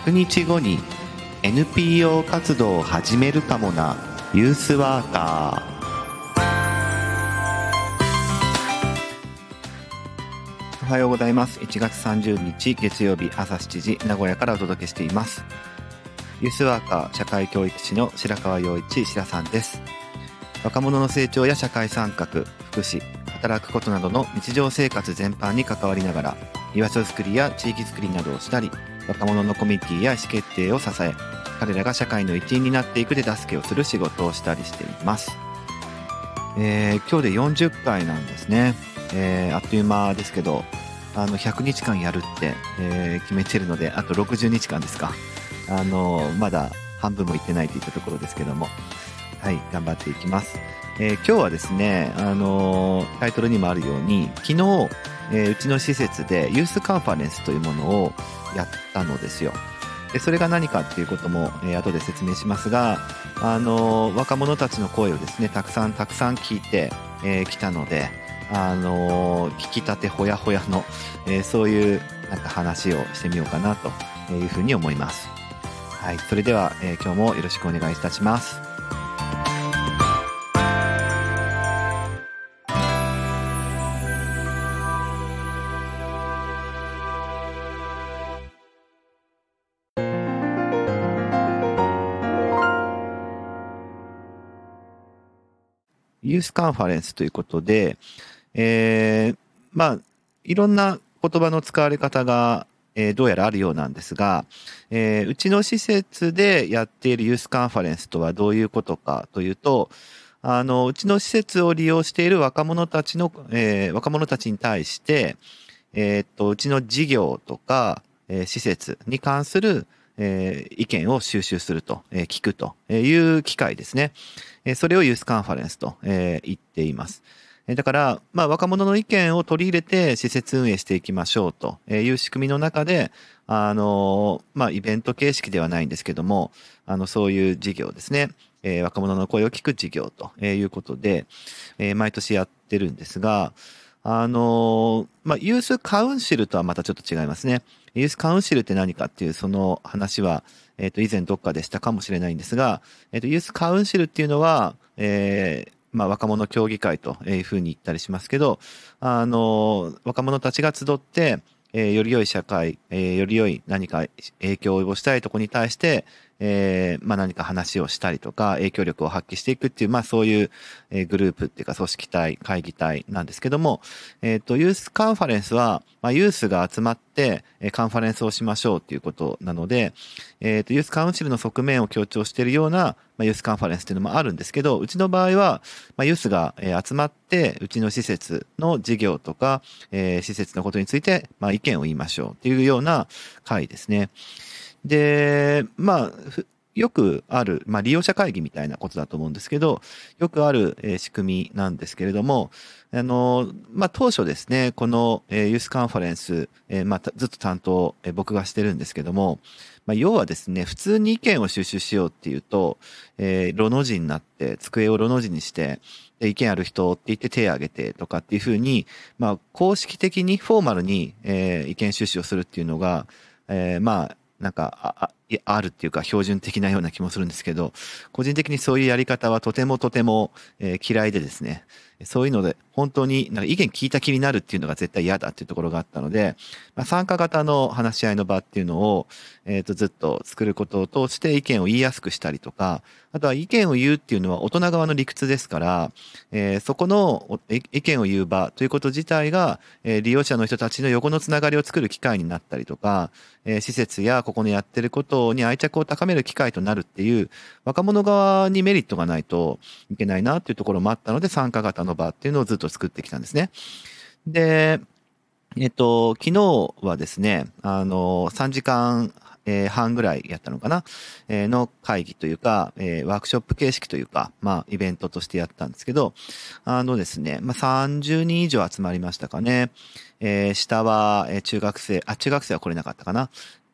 100日後に NPO 活動を始めるかもなユースワーカー。おはようございます。1月30日月曜日朝7時、名古屋からお届けしています。ユースワーカー社会教育士の白川陽一白さんです。若者の成長や社会参画、福祉、働くことなどの日常生活全般に関わりながら、居場所づくりや地域づくりなどをしたり、若者のコミュニティや意思決定を支え、彼らが社会の一員になっていく手助けをする仕事をしたりしています。今日で40回なんですね。あっという間ですけど、100日間やるって、決めてるので、あと60日間ですか。まだ半分もいってないといったところですけども、はい、頑張っていきます。今日はですね、タイトルにもあるように、昨日、うちの施設でユースカンファレンスというものをやったのですよ。でそれが何かっていうことも、後で説明しますが、若者たちの声をですね、たくさん聞いてきたので、聞きたてほやほやの、そういうなんか話をしてみようかなというふうに思います。はい、それでは、今日もよろしくお願いいたします。ユースカンファレンスということで、いろんな言葉の使われ方が、どうやらあるようなんですが、うちの施設でやっているユースカンファレンスとはどういうことかというと、うちの施設を利用している若者たちに対して、うちの事業とか、施設に関する、意見を収集すると、聞くという機会ですね。それをユースカンファレンスと、言っています。だから、若者の意見を取り入れて施設運営していきましょうという仕組みの中で、イベント形式ではないんですけども、そういう事業ですね。若者の声を聞く事業ということで、毎年やってるんですが、ユースカウンシルとはまたちょっと違いますね。ユースカウンシルって何かっていうその話は、以前どっかでしたかもしれないんですが、ユースカウンシルっていうのは、若者協議会というふうに言ったりしますけど、若者たちが集って、より良い社会、より良い何か影響を及ぼしたいところに対して、何か話をしたりとか影響力を発揮していくっていう、そういう、グループっていうか組織体、会議体なんですけども、ユースカンファレンスは、ユースが集まって、カンファレンスをしましょうっていうことなので、ユースカウンシルの側面を強調しているような、ユースカンファレンスっていうのもあるんですけど、うちの場合は、ユースが集まって、うちの施設の事業とか、施設のことについて、意見を言いましょうっていうような会ですね。で、よくある、利用者会議みたいなことだと思うんですけど、よくある仕組みなんですけれども、当初ですね、このユースカンファレンス、ずっと担当僕がしてるんですけども、要はですね、普通に意見を収集しようっていうと、ロの字になって、机をロの字にして、意見ある人って言って手を挙げてとかっていうふうに、公式的にフォーマルに意見収集をするっていうのが、あるっていうか標準的なような気もするんですけど、個人的にそういうやり方はとても嫌いでですね、そういうので本当になんか意見聞いた気になるっていうのが絶対嫌だっていうところがあったので、参加型の話し合いの場っていうのを、ずっと作ることを通して意見を言いやすくしたりとか、あとは意見を言うっていうのは大人側の理屈ですから、そこの意見を言う場ということ自体が、利用者の人たちの横のつながりを作る機会になったりとか、施設やここのやってることに愛着を高める機会となるっていう若者側にメリットがないといけないなっていうところもあったので、参加型の場っていうのをずっと作ってきたんですね。で、昨日はですね、3時間半ぐらいやったのかな、の会議というか、ワークショップ形式というか、イベントとしてやったんですけど、ですね、30人以上集まりましたかね。下は、中学生は来れなかったかな。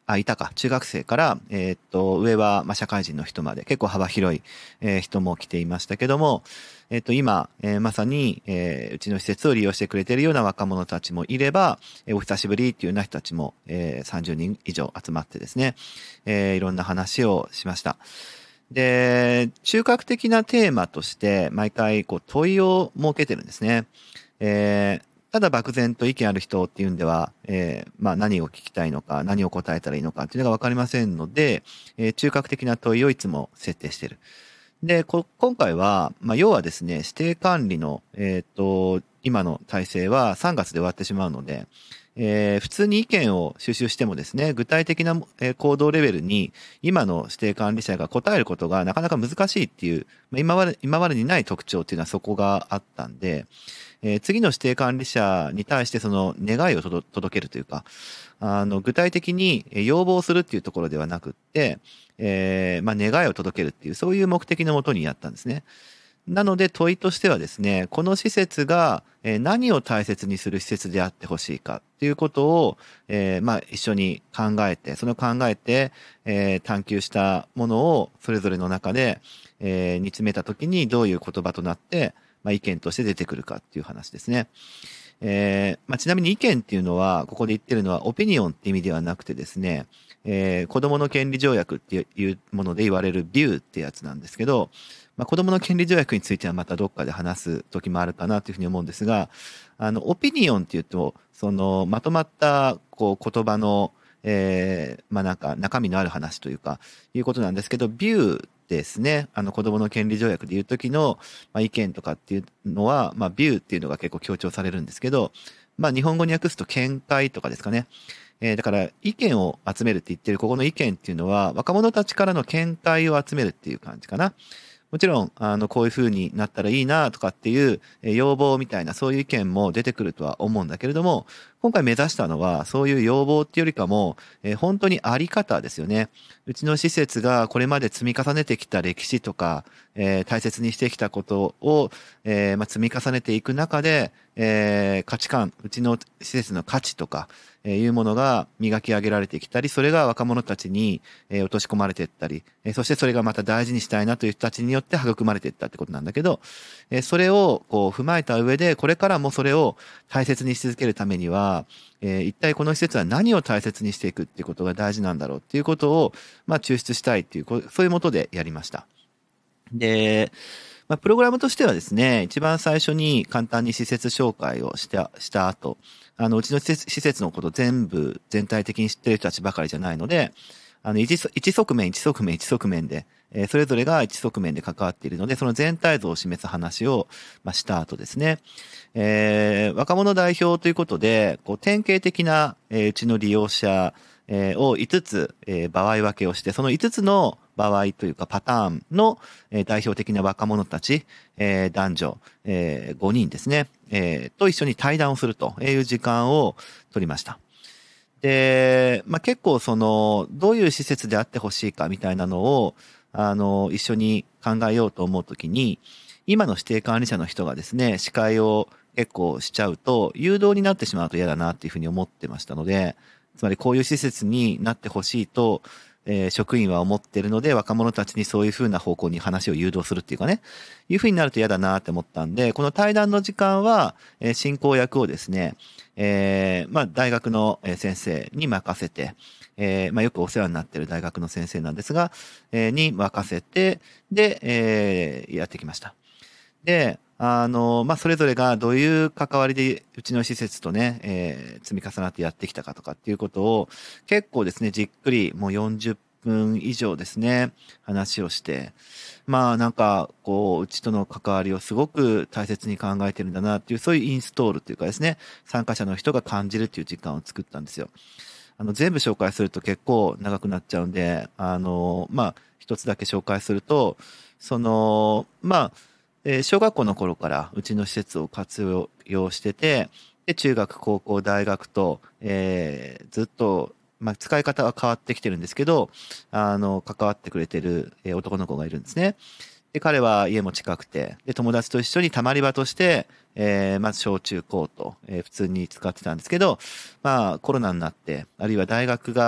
いたか、中学生から、上は、社会人の人まで結構幅広い、人も来ていましたけども、今、まさに、うちの施設を利用してくれているような若者たちもいれば、お久しぶりっていうような人たちも、30人以上集まってですね、いろんな話をしました。で、中核的なテーマとして、毎回こう問いを設けてるんですね。ただ漠然と意見ある人っていうんでは、何を聞きたいのか、何を答えたらいいのかっていうのが分かりませんので、中核的な問いをいつも設定している。で、今回は、要はですね、指定管理の、今の体制は3月で終わってしまうので、普通に意見を収集してもですね、具体的な、行動レベルに今の指定管理者が答えることがなかなか難しいっていう、今までにない特徴っていうのはそこがあったんで、次の指定管理者に対してその願いを届けるというか、具体的に要望するっていうところではなくって、願いを届けるっていう、そういう目的のもとにやったんですね。なので問いとしてはですね、この施設が何を大切にする施設であってほしいかっていうことを、一緒に考えて、その考えて、探求したものをそれぞれの中で、煮詰めたときにどういう言葉となって、意見として出てくるかっていう話ですね。ちなみに意見っていうのは、ここで言ってるのはオピニオンって意味ではなくてですね、子供の権利条約っていうもので言われるビューってやつなんですけど、子供の権利条約についてはまたどっかで話す時もあるかなというふうに思うんですが、オピニオンっていうと、そのまとまったこう言葉の、なんか中身のある話というか、いうことなんですけど、ビューですね、子供の権利条約でいう時の、意見とかっていうのは、ビューっていうのが結構強調されるんですけど、日本語に訳すと見解とかですかね。だから意見を集めるって言ってるここの意見っていうのは若者たちからの見解を集めるっていう感じかな。もちろん、こういう風になったらいいなとかっていう、要望みたいな、そういう意見も出てくるとは思うんだけれども、今回目指したのは、そういう要望っていうよりかも、本当にあり方ですよね。うちの施設がこれまで積み重ねてきた歴史とか、大切にしてきたことを、積み重ねていく中で、価値観、うちの施設の価値とか、いうものが磨き上げられてきたり、それが若者たちに、落とし込まれていったり、そしてそれがまた大事にしたいなという人たちによって育まれていったってことなんだけど、それをこう踏まえた上で、これからもそれを大切にし続けるためには、一体この施設は何を大切にしていくっていうことが大事なんだろうっていうことを、抽出したいっていう、そういうもとでやりました。で、プログラムとしてはですね、一番最初に簡単に施設紹介をした後、うちの施設のこと全体的に知っている人たちばかりじゃないので、一側面で、それぞれが一側面で関わっているので、その全体像を示す話を、した後ですね、若者代表ということで、こう典型的な、うちの利用者、を5つ、場合分けをして、その5つの場合というかパターンの、代表的な若者たち、男女、5人ですね、と一緒に対談をするという時間を取りました。で、結構その、どういう施設であってほしいかみたいなのを、一緒に考えようと思うときに、今の指定管理者の人がですね、司会を結構しちゃうと、誘導になってしまうと嫌だなっていうふうに思ってましたので、つまりこういう施設になってほしいと、職員は思ってるので、若者たちにそういうふうな方向に話を誘導するっていうかね、いうふうになると嫌だなって思ったんで、この対談の時間は、進行役をですね、大学の先生に任せて、よくお世話になっている大学の先生なんですが、に任せて、で、やってきました。で、それぞれがどういう関わりでうちの施設とね、積み重なってやってきたかとかっていうことを結構ですね、じっくりもう40分以上ですね、話をして、なんかこう、うちとの関わりをすごく大切に考えてるんだなっていう、そういうインストールというかですね、参加者の人が感じるっていう時間を作ったんですよ。全部紹介すると結構長くなっちゃうんで、一つだけ紹介すると、その、小学校の頃からうちの施設を活用してて、で、中学、高校、大学と、ずっと、使い方は変わってきてるんですけど、関わってくれてる、男の子がいるんですね。で、彼は家も近くて、で、友達と一緒にたまり場として、まず小中高と、普通に使ってたんですけど、コロナになって、あるいは大学が、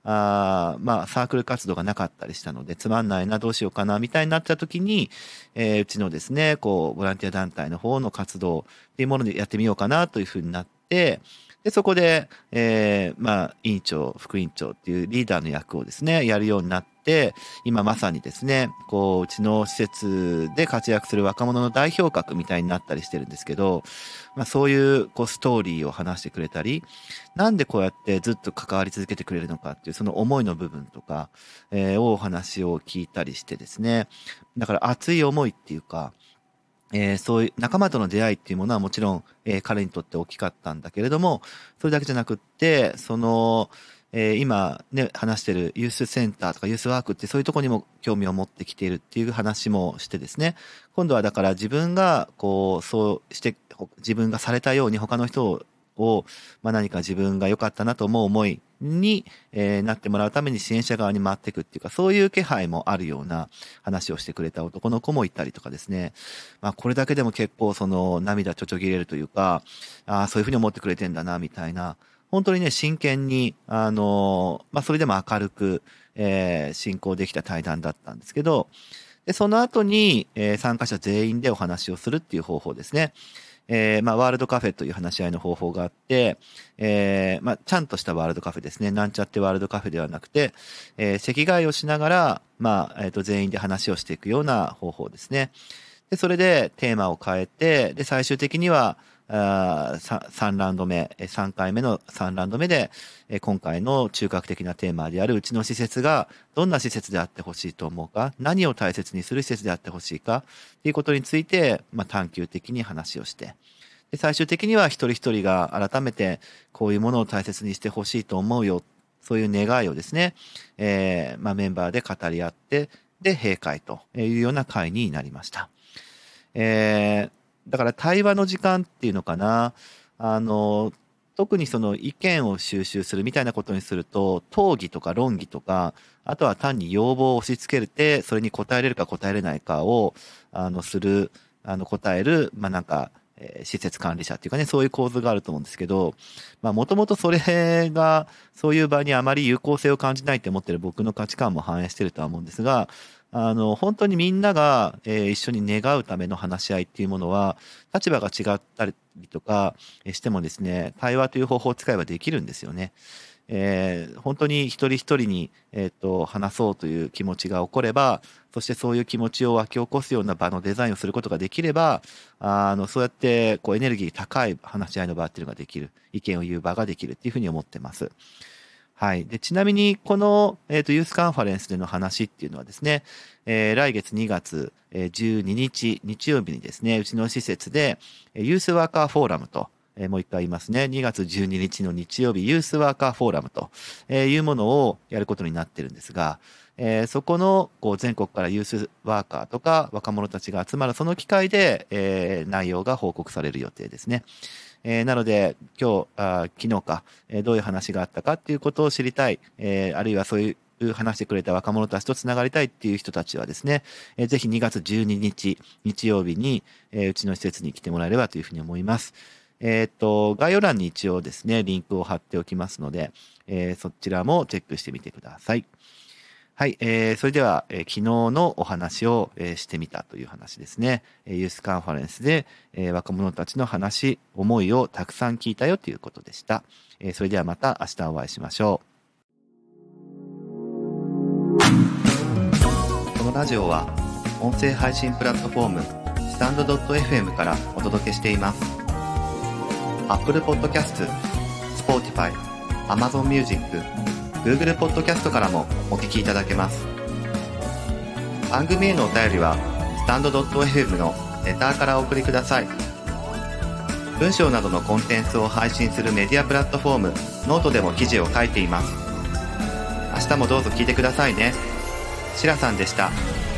まあサークル活動がなかったりしたので、つまんないな、どうしようかなみたいになった時に、うちのですねこうボランティア団体の方の活動っていうものでやってみようかなというふうになって、でそこで、まあ委員長副委員長っていうリーダーの役をですねやるようになって、今まさにですねこううちの施設で活躍する若者の代表格みたいになったりしてるんですけど、まあ、そういうこうストーリーを話してくれたり、なんでこうやってずっと関わり続けてくれるのかっていうその思いの部分とか、お話を聞いたりしてですね、だから熱い思いっていうか、そういう仲間との出会いっていうものはもちろん、彼にとって大きかったんだけれども、それだけじゃなくって、その、今ね、話してるユースセンターとかユースワークってそういうところにも興味を持ってきているっていう話もしてですね、今度はだから自分がこう、そうして、自分がされたように他の人を、まあ、何か自分が良かったなと思う思いに、なってもらうために支援者側に回っていくっていうか、そういう気配もあるような話をしてくれた男の子もいたりとかですね。まあこれだけでも結構その涙ちょちょぎれるというか、ああ、そういうふうに思ってくれてんだな、みたいな。本当にね、真剣に、まあそれでも明るく、進行できた対談だったんですけど、で、その後に、参加者全員でお話をするっていう方法ですね。まあ、ワールドカフェという話し合いの方法があって、まあ、ちゃんとしたワールドカフェですね。なんちゃってワールドカフェではなくて、席替えをしながら、まあ、全員で話をしていくような方法ですね。で、それでテーマを変えて、で、最終的には、3ラウンド目、3回目の3ラウンド目で、今回の中核的なテーマであるうちの施設がどんな施設であってほしいと思うか、何を大切にする施設であってほしいかっていうことについて、まあ、探究的に話をして、で最終的には一人一人が改めてこういうものを大切にしてほしいと思うよ、そういう願いをですね、まあ、メンバーで語り合って、で閉会というような会になりました。だから対話の時間っていうのかな。特にその意見を収集するみたいなことにすると、討議とか論議とか、あとは単に要望を押し付けるて、それに答えれるか答えれないかを、答える、まあなんか、施設管理者っていうかね、そういう構図があると思うんですけど、まあもともとそれが、そういう場にあまり有効性を感じないって思ってる僕の価値観も反映してるとは思うんですが、本当にみんなが、一緒に願うための話し合いっていうものは、立場が違ったりとかしてもですね、対話という方法を使えばできるんですよね。本当に一人一人に、話そうという気持ちが起これば、そしてそういう気持ちを湧き起こすような場のデザインをすることができれば、そうやってこうエネルギー高い話し合いの場っていうのができる、意見を言う場ができるっていうふうに思ってます。はい。で、ちなみに、この、ユースカンファレンスでの話っていうのはですね、来月2月12日、日曜日にですね、うちの施設で、ユースワーカーフォーラムと、もう一回言いますね。2月12日の日曜日、ユースワーカーフォーラムというものをやることになってるんですが、そこのこう全国からユースワーカーとか若者たちが集まるその機会で、内容が報告される予定ですね。なので、昨日か、どういう話があったかっていうことを知りたい、あるいはそういう話してくれた若者たちとつながりたいっていう人たちはですね、ぜひ2月12日、日曜日に、うちの施設に来てもらえればというふうに思います。概要欄に一応ですね、リンクを貼っておきますので、そちらもチェックしてみてください。はい、それでは、昨日のお話を、してみたという話ですね。ユースカンファレンスで、若者たちの話、思いをたくさん聞いたよということでした。それではまた明日お会いしましょう。このラジオは音声配信プラットフォームスタンド .fm からお届けしています。Apple Podcast、Spotify、Amazon Music、Google Podcast からもお聞きいただけます。番組へのお便りはスタンド .fm のレターからお送りください。文章などのコンテンツを配信するメディアプラットフォームノートでも記事を書いています。明日もどうぞ聞いてくださいね。しらさんでした。